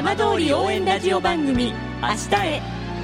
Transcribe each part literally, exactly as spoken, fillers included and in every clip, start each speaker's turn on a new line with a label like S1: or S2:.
S1: 浜通り応援ラジオ番組明日へ。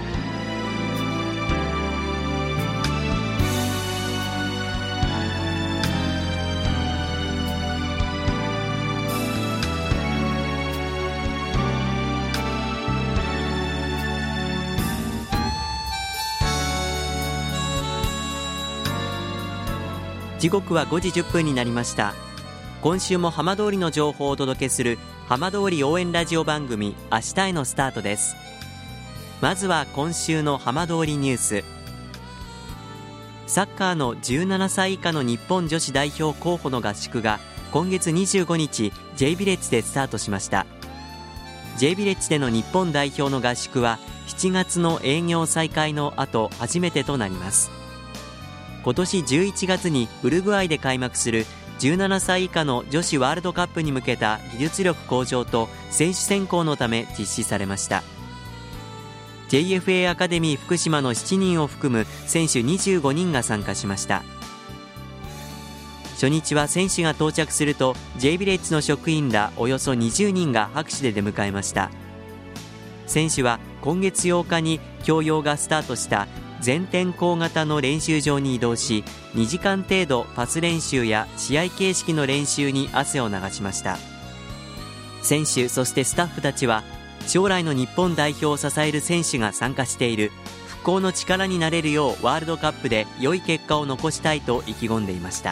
S2: 時刻はごじじゅっぷんになりました。今週も浜通りの情報をお届けする浜通り応援ラジオ番組明日へのスタートです。まずは今週の浜通りニュース。サッカーのじゅうななさい以下の日本女子代表候補の合宿が今月にじゅうごにち J ヴィレッジでスタートしました。 J ヴィレッジでの日本代表の合宿はしちがつの営業再開の後初めてとなります。今年じゅういちがつにウルグアイで開幕するじゅうななさい以下の女子ワールドカップに向けた技術力向上と選手選考のため実施されました。 ジェイエフエー アカデミー福島のしちにんを含む選手にじゅうごにんが参加しました。初日は選手が到着すると J ヴィレッジの職員らおよそにじゅうにんが拍手で出迎えました。選手は今月ようかに供用がスタートした全天候型の練習場に移動し、にじかん程度パス練習や試合形式の練習に汗を流しました。選手そしてスタッフたちは将来の日本代表を支える選手が参加している復興の力になれるようワールドカップで良い結果を残したいと意気込んでいました。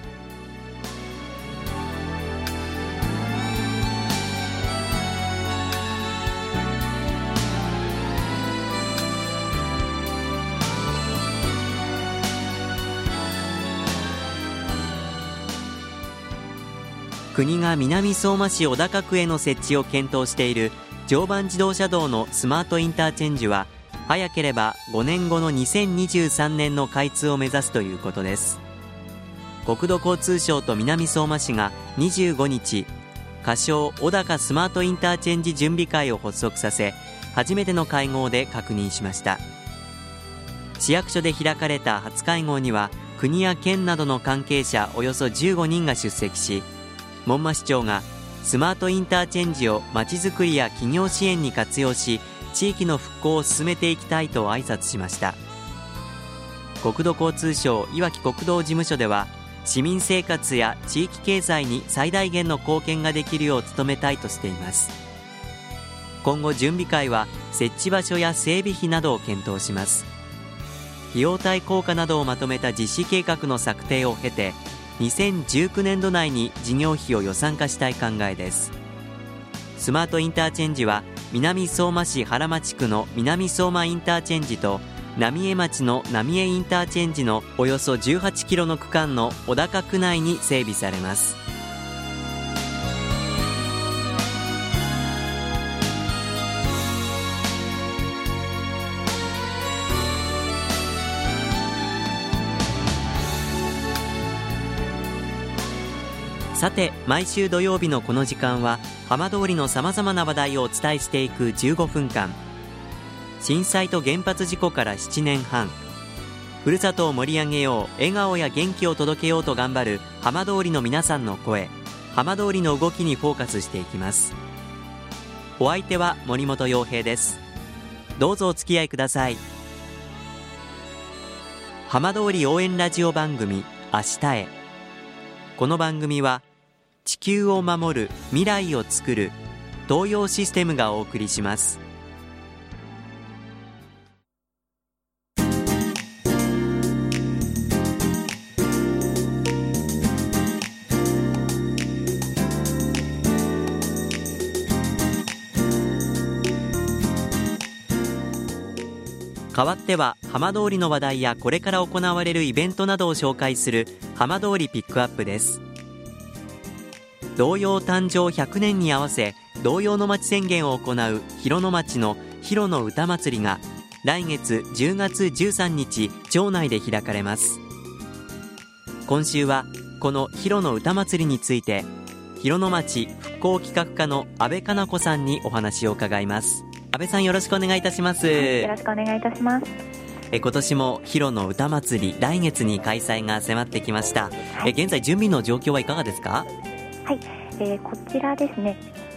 S2: 国が南相馬市小高区への設置を検討している常磐自動車道のスマートインターチェンジは早ければごねんごのにせんにじゅうさんねんの開通を目指すということです。国土交通省と南相馬市がにじゅうごにち仮称小高スマートインターチェンジ準備会を発足させ、初めての会合で確認しました。市役所で開かれた初会合には国や県などの関係者およそじゅうごにんが出席し、門馬市長がスマートインターチェンジをまちづくりや企業支援に活用し、地域の復興を進めていきたいと挨拶しました。国土交通省いわき国道事務所では、市民生活や地域経済に最大限の貢献ができるよう努めたいとしています。今後準備会は設置場所や整備費などを検討します。費用対効果などをまとめた実施計画の策定を経て、にせんじゅうきゅうねんど内に事業費を予算化したい考えです。スマートインターチェンジは南相馬市原町区の南相馬インターチェンジと浪江町の浪江インターチェンジのおよそじゅうはちキロの区間の小高区内に整備されます。さて、毎週土曜日のこの時間は浜通りのさまざまな話題をお伝えしていくじゅうごふんかん。震災と原発事故からななねんはん、ふるさとを盛り上げよう、笑顔や元気を届けようと頑張る浜通りの皆さんの声、浜通りの動きにフォーカスしていきます。お相手は森本洋平です。どうぞお付き合いください。浜通り応援ラジオ番組明日へ。この番組は地球を守る、未来をつくる東洋システムがお送りします。代わっては浜通りの話題やこれから行われるイベントなどを紹介する浜通りピックアップです。童謡誕生ひゃくねんに合わせ童謡の街宣言を行う広野町の広野歌祭りが来月じゅうがつじゅうさんにち町内で開かれます。今週はこの広野歌祭りについて広野町復興企画課の安倍加奈子さんにお話を伺います。安倍さん、よろしくお願いいたします。
S3: はい、よろしくお願いいたします。
S2: え今年も広野歌祭り来月に開催が迫ってきました。はい、え現在準備の状況はいかがですか？
S3: はい、えー、こちらですね、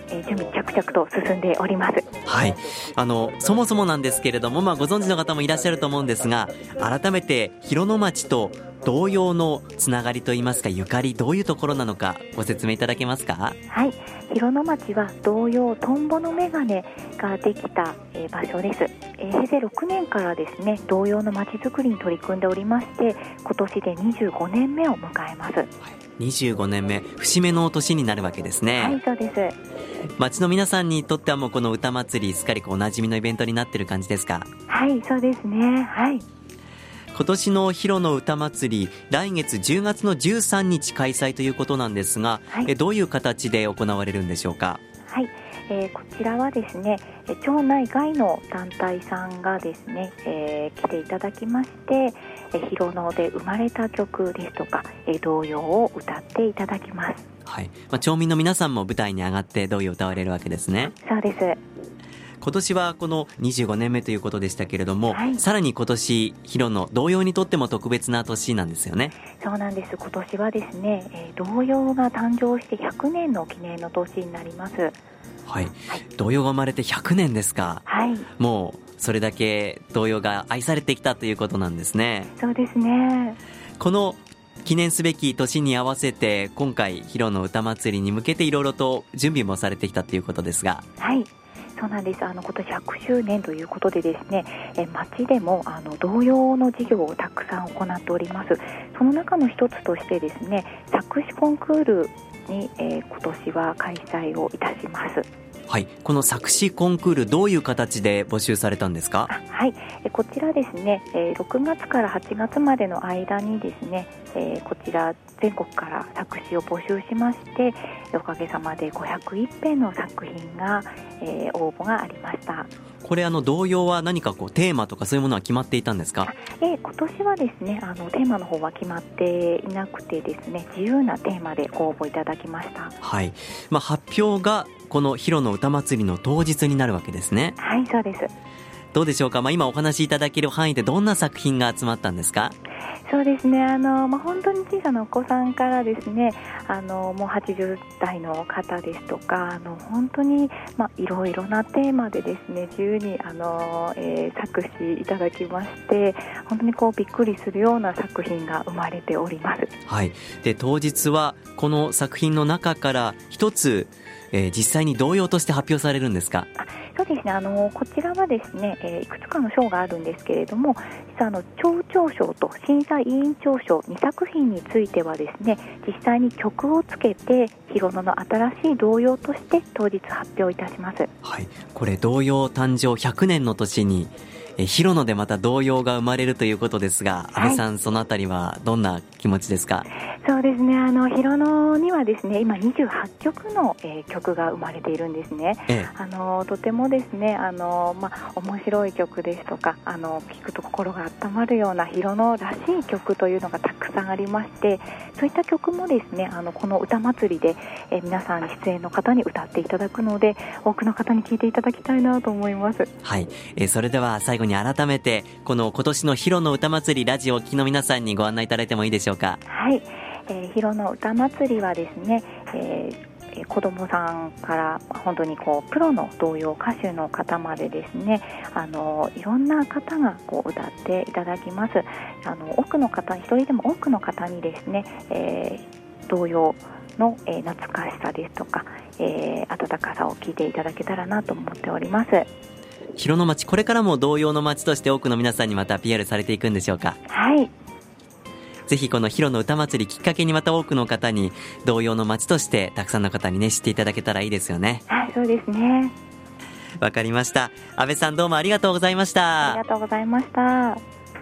S3: えー、準備着々と進んでおります。
S2: はい、あのそもそもなんですけれども、まあ、ご存知の方もいらっしゃると思うんですが、改めて広野町と童謡のつながりといいますか、ゆかり、どういうところなのかご説明いただけますか？
S3: はい、広野町は童謡トンボのメガネができた、えー、場所です。えー、平成ろくねんからですね、童謡の町づくりに取り組んでおりまして、今年でにじゅうごねんめを迎えます。はい、
S2: にじゅうごねんめ、節目の年になるわけですね。
S3: はい、そうです。
S2: 町の皆さんにとってはもうこの歌祭り、すっかりこうおなじみのイベントになっている感じですか？
S3: はい、そうですね。はい、
S2: 今年の広野歌祭り、来月じゅうがつのじゅうさんにち開催ということなんですが、はい、えどういう形で行われるんでしょうか？
S3: はい、えー、こちらはですね、町内外の団体さんがですね、えー、来ていただきまして、えー、広野で生まれた曲ですとか、えー、童謡を歌っていただきます。
S2: はい、まあ、町民の皆さんも舞台に上がって童謡を歌われるわけですね。
S3: そうです。
S2: 今年はこのにじゅうごねんめということでしたけれども、
S3: はい、
S2: さらに今年広野童謡にとっても特別な年なんですよね。
S3: そうなんです。今年はですね、えー、童謡が誕生してひゃくねんの記念の年になります。はい、
S2: はい、童謡が生まれてひゃくねんですか？
S3: はい、
S2: もうそれだけ童謡が愛されてきたということなんですね。
S3: そうですね。
S2: この記念すべき年に合わせて今回広野歌祭りに向けていろいろと準備もされてきたということですが。
S3: はい、そうなんです。あの今年ひゃくしゅうねんということでですね、え町でもあの童謡の事業をたくさん行っております。その中の一つとしてですね、作詞コンクールに、えー、今年は開催をいたします。
S2: はい、この作詞コンクール、どういう形で募集されたんですか？
S3: はい、えこちらですね、えー、ろくがつからはちがつまでの間にですね、えー、こちら全国から作詞を募集しまして、おかげさまでごひゃくいっぺんの作品が、えー、応募がありました。
S2: これあの童謡は何かこうテーマとかそういうものは決まっていたんですか？
S3: えー、今年はですね、あのテーマの方は決まっていなくてですね、自由なテーマでご応募いただきました。
S2: はい、まあ、発表がこの広野歌祭りの当日になるわけですね。
S3: はい、そうです。
S2: どうでしょうか？まあ、今お話しいただける範囲でどんな作品が集まったんですか？
S3: そうですね、あの、まあ、本当に小さなお子さんからですね、あのもうはちじゅうだいの方ですとか、あの本当に、まあ、いろいろなテーマでですね、自由にあの、えー、作詞いただきまして、本当にこうびっくりするような作品が生まれております。
S2: はい、で当日はこの作品の中から一つ、えー、実際に童謡として発表されるんですか？
S3: あ、そうですね、あのこちらはですね、えー、いくつかの賞があるんですけれども、実はあの町長賞と審査委員長賞にさくひんについてはですね、実際に曲をつけて広野の新しい童謡として当日発表いたします。
S2: はい、これ童謡誕生ひゃくねんの年にえ広野でまた童謡が生まれるということですが、安倍さん、はい、そのあたりはどんな気持ちですか？
S3: そうですね、あの広野にはですね、今にじゅうはっきょくの、えー、曲が生まれているんですね。ええ、あのとてもですね、あの、ま、面白い曲ですとか、あの聞くと心が温まるような広野らしい曲というのがたくさんありまして、そういった曲もですね、あのこの歌祭りで、えー、皆さん出演の方に歌っていただくので、多くの方に聴いていただきたいなと思います。
S2: はい、えー、それでは最後に改めてこの今年の広野歌祭り、ラジオをお聞きの皆さんにご案内いただいてもいいでしょうか？
S3: はい、えー、広野歌祭りはですね、えー、子どもさんから本当にこうプロの童謡歌手の方までですね、あのいろんな方がこう歌っていただきます。あの多くの方、一人でも多くの方にですね、えー、童謡の、えー、懐かしさですとか、えー、温かさを聞いていただけたらなと思っております。
S2: 広野町、これからも童謡の町として多くの皆さんにまた ピーアール されていくんでしょうか？
S3: はい、
S2: ぜひこの広野歌祭りきっかけにまた多くの方に童謡の町としてたくさんの方にね知っていただけたらいいですよね。
S3: はい、そうですね。
S2: わかりました。安倍さん、どうもありがとうございました。
S3: ありがとうございました。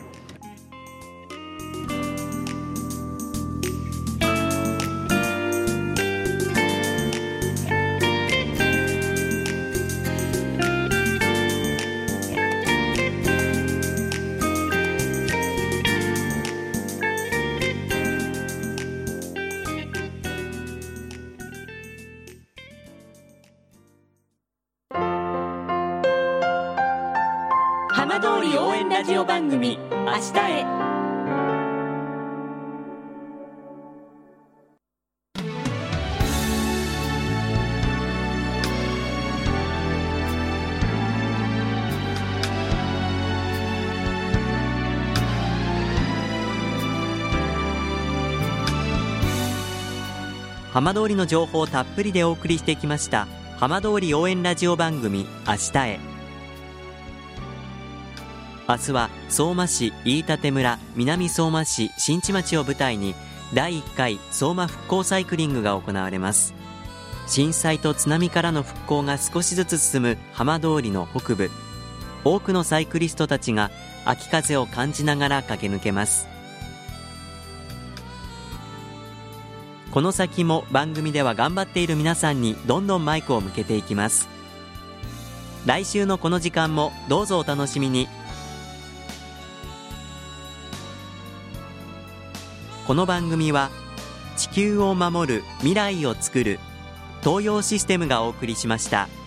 S1: 浜通り応援ラジオ番組明日へ。
S2: 浜通りの情報をたっぷりでお送りしてきました浜通り応援ラジオ番組明日へ。明日は相馬市、飯舘村、南相馬市、新地町を舞台にだいいっかい相馬復興サイクリングが行われます。震災と津波からの復興が少しずつ進む浜通りの北部、多くのサイクリストたちが秋風を感じながら駆け抜けます。この先も番組では頑張っている皆さんにどんどんマイクを向けていきます。来週のこの時間もどうぞお楽しみに。この番組は地球を守る未来をつくる東洋システムがお送りしました。